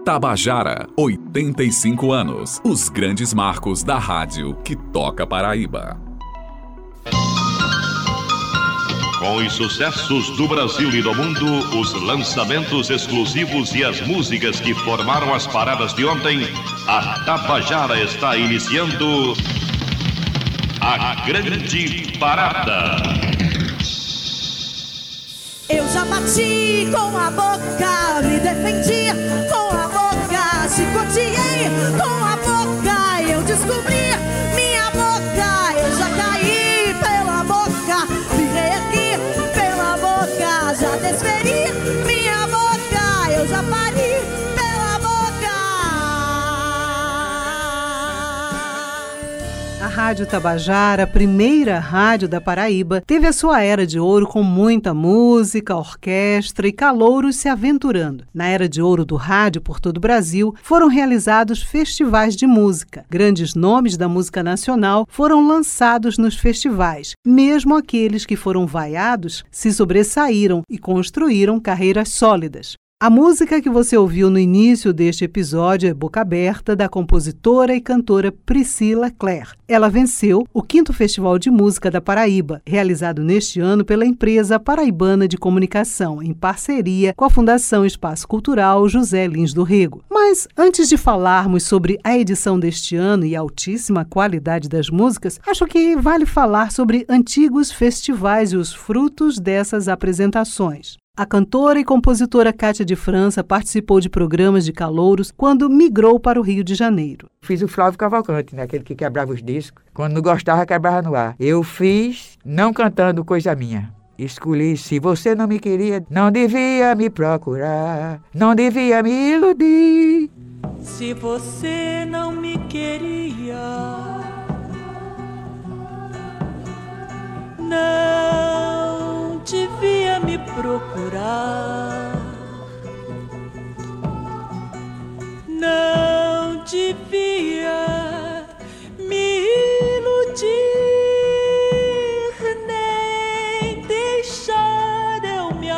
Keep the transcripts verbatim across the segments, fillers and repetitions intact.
Tabajara, oitenta e cinco anos. Os grandes marcos da rádio que toca Paraíba. Com os sucessos do Brasil e do mundo, os lançamentos exclusivos e as músicas que formaram as paradas de ontem, a Tabajara está iniciando a Grande Parada. Eu já bati com a boca, me defendia com a boca, chicoteei com a boca, eu descobri minha boca, eu já caí pela boca, me reergui pela boca, já desferi minha boca, eu já pari pela boca. A Rádio Tabajara, a primeira rádio da Paraíba, teve a sua era de ouro com muita música, orquestra e calouros se aventurando. Na era de ouro do rádio por todo o Brasil, foram realizados festivais de música. Grandes nomes da música nacional foram lançados nos festivais. Mesmo aqueles que foram vaiados se sobressaíram e construíram carreiras sólidas. A música que você ouviu no início deste episódio é Boca Aberta, da compositora e cantora Priscila Clare. Ela venceu o quinto Festival de Música da Paraíba, realizado neste ano pela empresa Paraibana de Comunicação, em parceria com a Fundação Espaço Cultural José Lins do Rego. Mas, antes de falarmos sobre a edição deste ano e a altíssima qualidade das músicas, acho que vale falar sobre antigos festivais e os frutos dessas apresentações. A cantora e compositora Cátia de França participou de programas de calouros quando migrou para o Rio de Janeiro. Fiz o Flávio Cavalcante, né? Aquele que quebrava os discos. Quando não gostava, quebrava no ar. Eu fiz não cantando coisa minha. Escolhi, se você não me queria, não devia me procurar, não devia me iludir. Se você não me queria, não devia me procurar, não devia me iludir, nem deixar eu me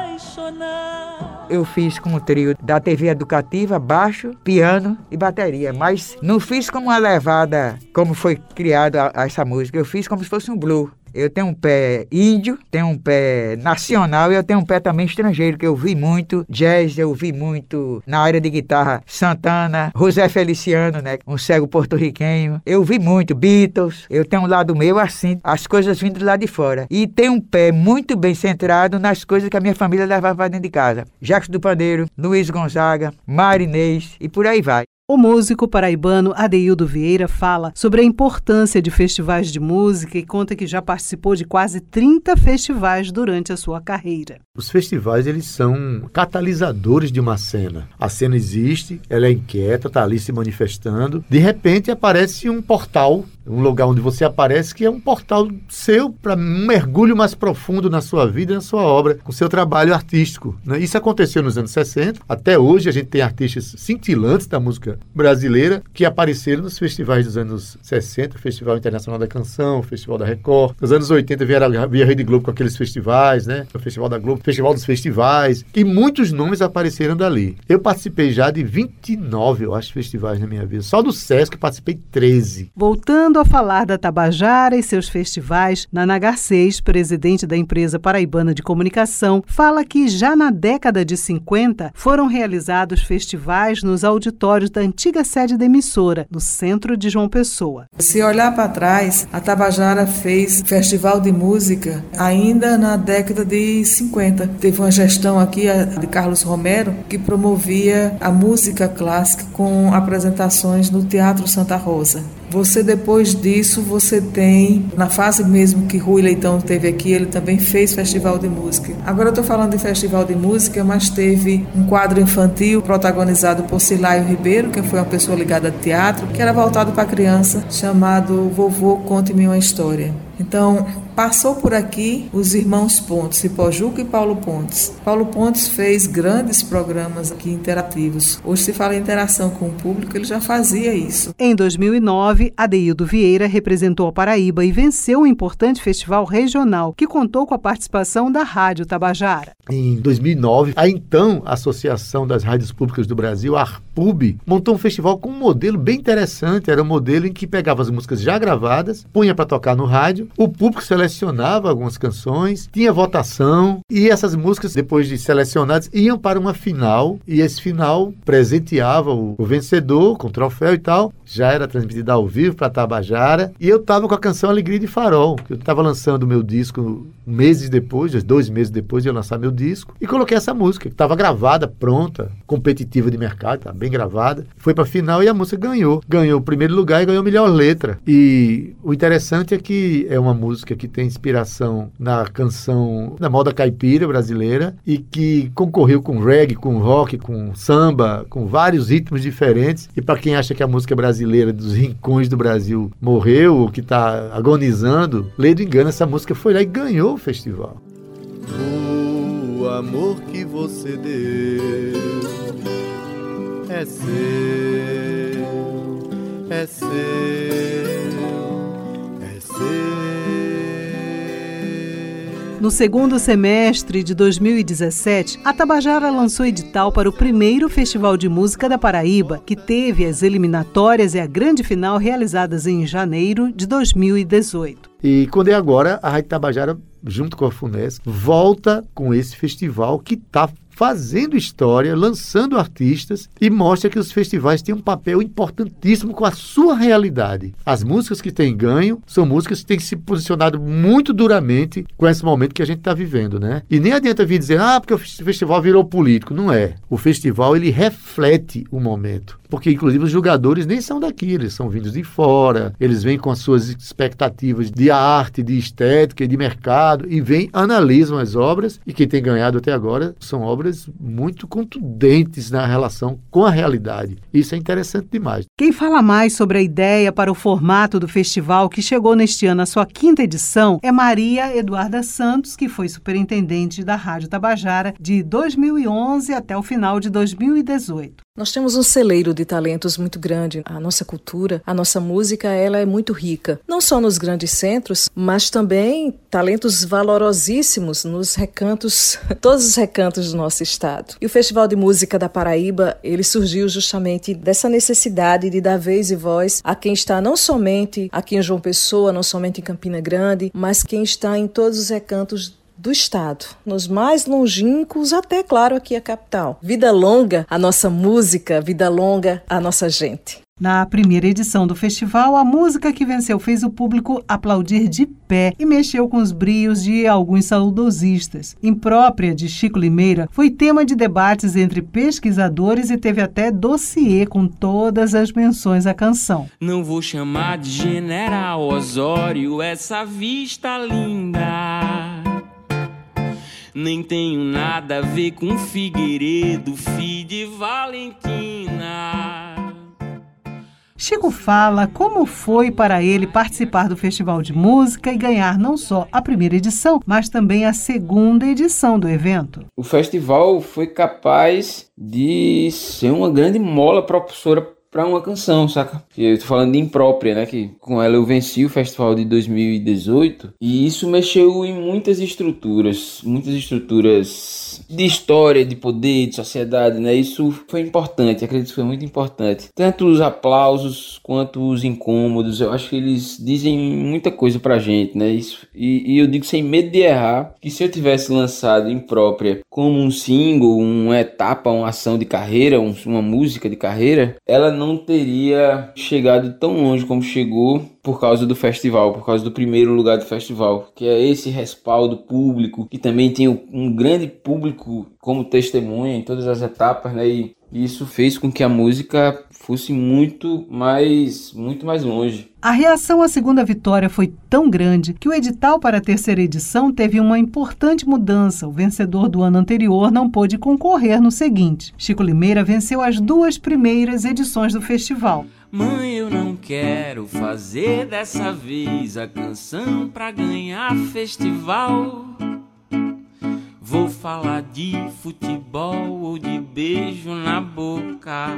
apaixonar. Eu fiz com o trio da T V Educativa, baixo, piano e bateria, mas não fiz como uma levada, como foi criada essa música, eu fiz como se fosse um blues. Eu tenho um pé índio, tenho um pé nacional e eu tenho um pé também estrangeiro, que eu vi muito jazz, eu vi muito na área de guitarra Santana, José Feliciano, né, um cego porto-riquenho. Eu vi muito Beatles, eu tenho um lado meu assim, as coisas vindo lá de fora. E tenho um pé muito bem centrado nas coisas que a minha família levava dentro de casa. Jacques do Pandeiro, Luiz Gonzaga, Marinês e por aí vai. O músico paraibano Adeildo Vieira fala sobre a importância de festivais de música e conta que já participou de quase trinta festivais durante a sua carreira. Os festivais, eles são catalisadores de uma cena. A cena existe, ela é inquieta, está ali se manifestando. De repente aparece um portal, um lugar onde você aparece, que é um portal seu para um mergulho mais profundo na sua vida e na sua obra, com seu trabalho artístico, né? Isso aconteceu nos anos sessenta. Até hoje a gente tem artistas cintilantes da música brasileira que apareceram nos festivais dos anos sessenta, o Festival Internacional da Canção, o Festival da Record. Nos anos oitenta vieram a Rede Globo com aqueles festivais, né? O Festival da Globo, o Festival dos Festivais, e muitos nomes apareceram dali. Eu participei já de vinte e nove, eu acho, festivais na minha vida. Só do Sesc eu participei treze. Voltando a falar da Tabajara e seus festivais, Nana Garcês, presidente da empresa Paraibana de Comunicação, fala que já na década de cinquenta foram realizados festivais nos auditórios da antiga sede da emissora, no centro de João Pessoa. Se olhar para trás, a Tabajara fez festival de música ainda na década de cinquenta. Teve uma gestão aqui de Carlos Romero que promovia a música clássica com apresentações no Teatro Santa Rosa. Você, depois disso, você tem, na fase mesmo que Rui Leitão teve aqui, ele também fez festival de música. Agora eu estou falando de festival de música, mas teve um quadro infantil protagonizado por Cilaio Ribeiro, que foi uma pessoa ligada a teatro, que era voltado para criança, chamado Vovô Conte-me uma História. Então, Passou por aqui os irmãos Pontes, Cipó Juca e Paulo Pontes. Paulo Pontes fez grandes programas aqui interativos. Hoje se fala em interação com o público, ele já fazia isso. Em dois mil e nove, Adeildo Vieira representou a Paraíba e venceu um importante festival regional que contou com a participação da Rádio Tabajara. Em dois mil e nove, a então Associação das Rádios Públicas do Brasil, a ARPUB, montou um festival com um modelo bem interessante. Era um modelo em que pegava as músicas já gravadas, punha para tocar no rádio, o público selecionava algumas canções, tinha votação e essas músicas, depois de selecionadas, iam para uma final e esse final presenteava o, o vencedor com troféu e tal. Já era transmitida ao vivo para Tabajara e eu estava com a canção Alegria de Farol, que eu estava lançando o meu disco meses depois, dois meses depois de eu lançar meu disco, e coloquei essa música, que estava gravada, pronta, competitiva de mercado, estava bem gravada, foi para a final e a música ganhou. Ganhou o primeiro lugar e ganhou a melhor letra. E o interessante é que é uma música que tem inspiração na canção da moda caipira brasileira e que concorreu com reggae, com rock, com samba, com vários ritmos diferentes. E para quem acha que a música brasileira dos rincões do Brasil morreu ou que está agonizando, ledo engano, essa música foi lá e ganhou o festival. O amor que você deu é seu, é seu, é seu. No segundo semestre de dois mil e dezessete, a Tabajara lançou edital para o primeiro Festival de Música da Paraíba, que teve as eliminatórias e a grande final realizadas em janeiro de dois mil e dezoito. E quando é agora, a Rádio Tabajara, junto com a FUNESC, volta com esse festival que está fazendo história, lançando artistas e mostra que os festivais têm um papel importantíssimo com a sua realidade. As músicas que têm ganho são músicas que têm se posicionado muito duramente com esse momento que a gente está vivendo, né? E nem adianta vir dizer, ah, porque o festival virou político. Não é. O festival, ele reflete o momento. Porque, inclusive, os jogadores nem são daqui, eles são vindos de fora, eles vêm com as suas expectativas de arte, de estética e de mercado, e vêm, analisam as obras, e quem tem ganhado até agora são obras muito contundentes na relação com a realidade. Isso é interessante demais. Quem fala mais sobre a ideia para o formato do festival, que chegou neste ano à sua quinta edição, é Maria Eduarda Santos, que foi superintendente da Rádio Tabajara de dois mil e onze até o final de dois mil e dezoito. Nós temos um celeiro de talentos muito grande. A nossa cultura, a nossa música, ela é muito rica. Não só nos grandes centros, mas também talentos valorosíssimos nos recantos, todos os recantos do nosso estado. E o Festival de Música da Paraíba, ele surgiu justamente dessa necessidade de dar vez e voz a quem está não somente aqui em João Pessoa, não somente em Campina Grande, mas quem está em todos os recantos do estado, nos mais longínquos até, claro, aqui a capital. Vida longa a nossa música, vida longa a nossa gente. Na primeira edição do festival, a música que venceu fez o público aplaudir de pé e mexeu com os brios de alguns saudosistas. Imprópria de Chico Limeira, foi tema de debates entre pesquisadores e teve até dossiê com todas as menções à canção. Não vou chamar de General Osório essa vista linda. Nem tenho nada a ver com Figueiredo, filho de Valentina. Chico fala como foi para ele participar do Festival de Música e ganhar não só a primeira edição, mas também a segunda edição do evento. O festival foi capaz de ser uma grande mola propulsora para uma canção, saca? Eu tô falando de Imprópria, né? Que com ela eu venci o festival de dois mil e dezoito e isso mexeu em muitas estruturas, muitas estruturas de história, de poder, de sociedade, né? Isso foi importante, acredito que foi muito importante. Tanto os aplausos quanto os incômodos, eu acho que eles dizem muita coisa pra gente, né? Isso, e, e eu digo sem medo de errar, que se eu tivesse lançado Imprópria como um single, uma etapa, uma ação de carreira, um, uma música de carreira, ela não teria chegado tão longe como chegou por causa do festival, por causa do primeiro lugar do festival, que é esse respaldo público, que também tem um grande público como testemunha em todas as etapas, né? E isso fez com que a música fosse muito mais, muito mais longe. A reação à segunda vitória foi tão grande que o edital para a terceira edição teve uma importante mudança. O vencedor do ano anterior não pôde concorrer no seguinte. Chico Limeira venceu as duas primeiras edições do festival. Mãe, eu não quero quero fazer dessa vez a canção pra ganhar festival. Vou falar de futebol ou de beijo na boca.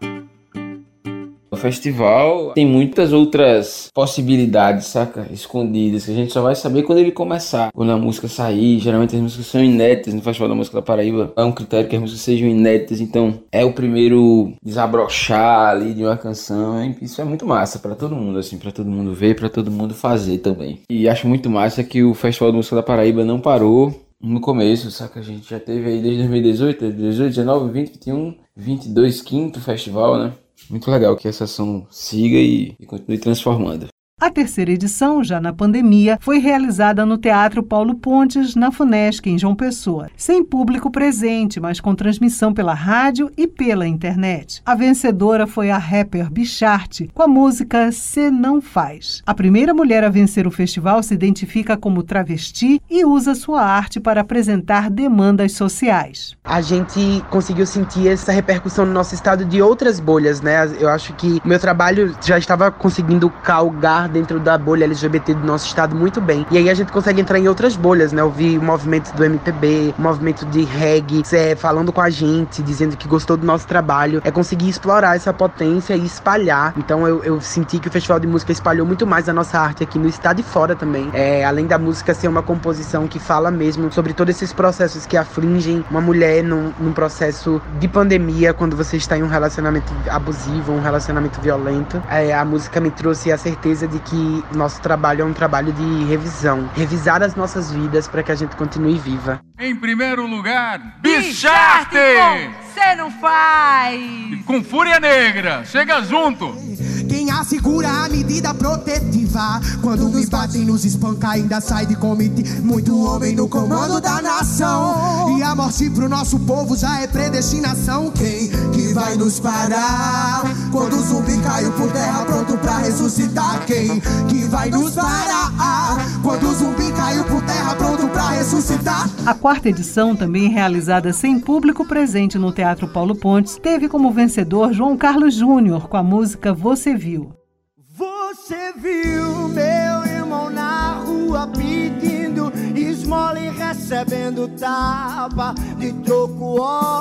O festival tem muitas outras possibilidades, saca? Escondidas, que a gente só vai saber quando ele começar. Quando a música sair, geralmente as músicas são inéditas no Festival da Música da Paraíba. É um critério que as músicas sejam inéditas, então é o primeiro desabrochar ali de uma canção. Hein? Isso é muito massa pra todo mundo, assim, pra todo mundo ver, pra todo mundo fazer também. E acho muito massa que o Festival da Música da Paraíba não parou no começo, saca? A gente já teve aí desde dois mil e dezoito, dezoito, dezenove, vinte, vinte e um, vinte e dois, quinto festival, né? Muito legal que essa ação siga e, e continue transformando. A terceira edição, já na pandemia, foi realizada no Teatro Paulo Pontes, na FUNESC, em João Pessoa. Sem público presente, mas com transmissão pela rádio e pela internet. A vencedora foi a rapper Bicharte, com a música Cê Não Faz. A primeira mulher a vencer o festival se identifica como travesti e usa sua arte para apresentar demandas sociais. A gente conseguiu sentir essa repercussão no nosso estado de outras bolhas, né? Eu acho que o meu trabalho já estava conseguindo calgar dentro da bolha L G B T do nosso estado muito bem. E aí a gente consegue entrar em outras bolhas, né? Ouvir o movimento do M P B, o movimento de reggae, é, falando com a gente, dizendo que gostou do nosso trabalho. É conseguir explorar essa potência e espalhar. Então eu, eu senti que o Festival de Música espalhou muito mais a nossa arte aqui no estado e fora também. É, além da música ser uma composição que fala mesmo sobre todos esses processos que afligem uma mulher num, num processo de pandemia, quando você está em um relacionamento abusivo, um relacionamento violento. É, a música me trouxe a certeza de que nosso trabalho é um trabalho de revisão. Revisar as nossas vidas para que a gente continue viva. Em primeiro lugar, Bicharte! Cê não faz! E com Fúria Negra, chega junto! Quem assegura a medida protetiva, quando me batem, nos espanca, ainda sai de comitê. Muito homem no comando da nação, e a morte pro nosso povo já é predestinação. Quem que vai nos parar quando o zumbi caiu por terra pronto pra ressuscitar? Quem que vai nos parar quando o zumbi caiu por terra pronto pra ressuscitar? A quarta edição, também realizada sem público presente no Teatro Paulo Pontes, teve como vencedor João Carlos Júnior com a música Você Viu. Você viu meu irmão na rua pedindo esmola e recebendo tapa de troco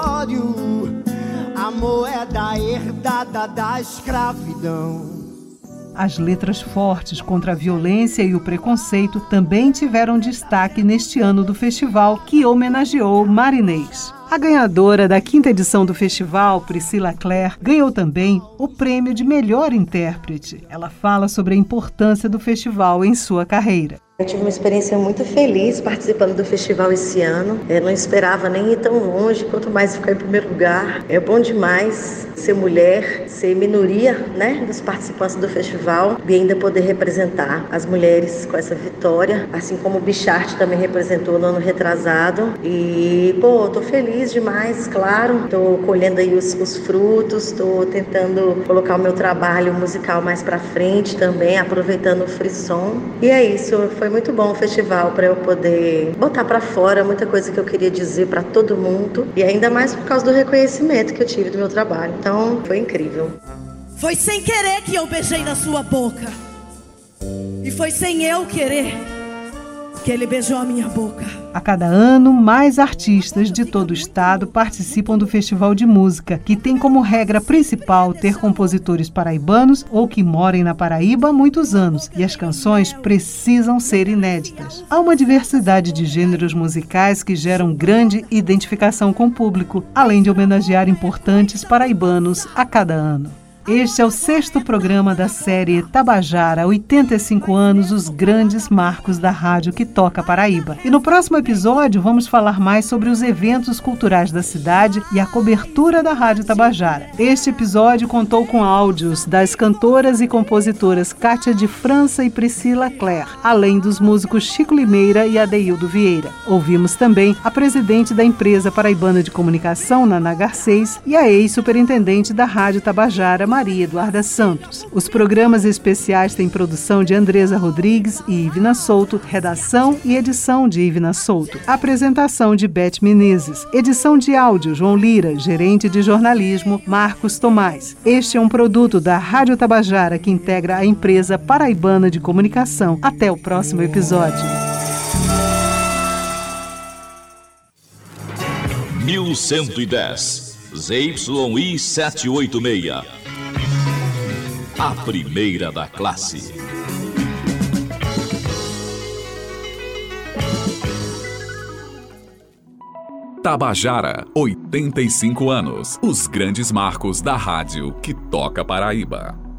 ódio, a moeda herdada da escravidão. As letras fortes contra a violência e o preconceito também tiveram destaque neste ano do festival, que homenageou Marinês. A ganhadora da quinta edição do festival, Priscila Clare, ganhou também o prêmio de melhor intérprete. Ela fala sobre a importância do festival em sua carreira. Eu tive uma experiência muito feliz participando do festival esse ano. Eu não esperava nem ir tão longe, quanto mais ficar em primeiro lugar. É bom demais ser mulher, ser minoria, né, dos participantes do festival e ainda poder representar as mulheres com essa vitória, assim como o Bicharte também representou no ano retrasado. E, pô, tô feliz demais, claro. Tô colhendo aí os, os frutos, tô tentando colocar o meu trabalho musical mais pra frente também, aproveitando o frisson. E é isso, foi muito bom o festival para eu poder botar para fora muita coisa que eu queria dizer para todo mundo e ainda mais por causa do reconhecimento que eu tive do meu trabalho. Então, foi incrível. Foi sem querer que eu beijei na sua boca. E foi sem eu querer que ele beijou a minha boca. A cada ano, mais artistas de todo o estado participam do Festival de Música, que tem como regra principal ter compositores paraibanos ou que morem na Paraíba há muitos anos, e as canções precisam ser inéditas. Há uma diversidade de gêneros musicais que geram grande identificação com o público, além de homenagear importantes paraibanos a cada ano. Este é o sexto programa da série Tabajara, oitenta e cinco anos, os grandes marcos da rádio que toca Paraíba. E no próximo episódio vamos falar mais sobre os eventos culturais da cidade e a cobertura da Rádio Tabajara. Este episódio contou com áudios das cantoras e compositoras Kátia de França e Priscila Clare, além dos músicos Chico Limeira e Adeildo Vieira. Ouvimos também a presidente da empresa paraibana de comunicação, Naná Garcês, e a ex-superintendente da Rádio Tabajara, Maria Eduarda Santos. Os programas especiais têm produção de Andresa Rodrigues e Ivna Souto, redação e edição de Ivna Souto, apresentação de Beth Menezes, edição de áudio João Lira, gerente de jornalismo Marcos Tomás. Este é um produto da Rádio Tabajara que integra a empresa paraibana de comunicação. Até o próximo episódio. mil cento e dez, Z Y I setecentos e oitenta e seis. A primeira da classe. Tabajara, oitenta e cinco anos. Os grandes marcos da rádio que toca Paraíba.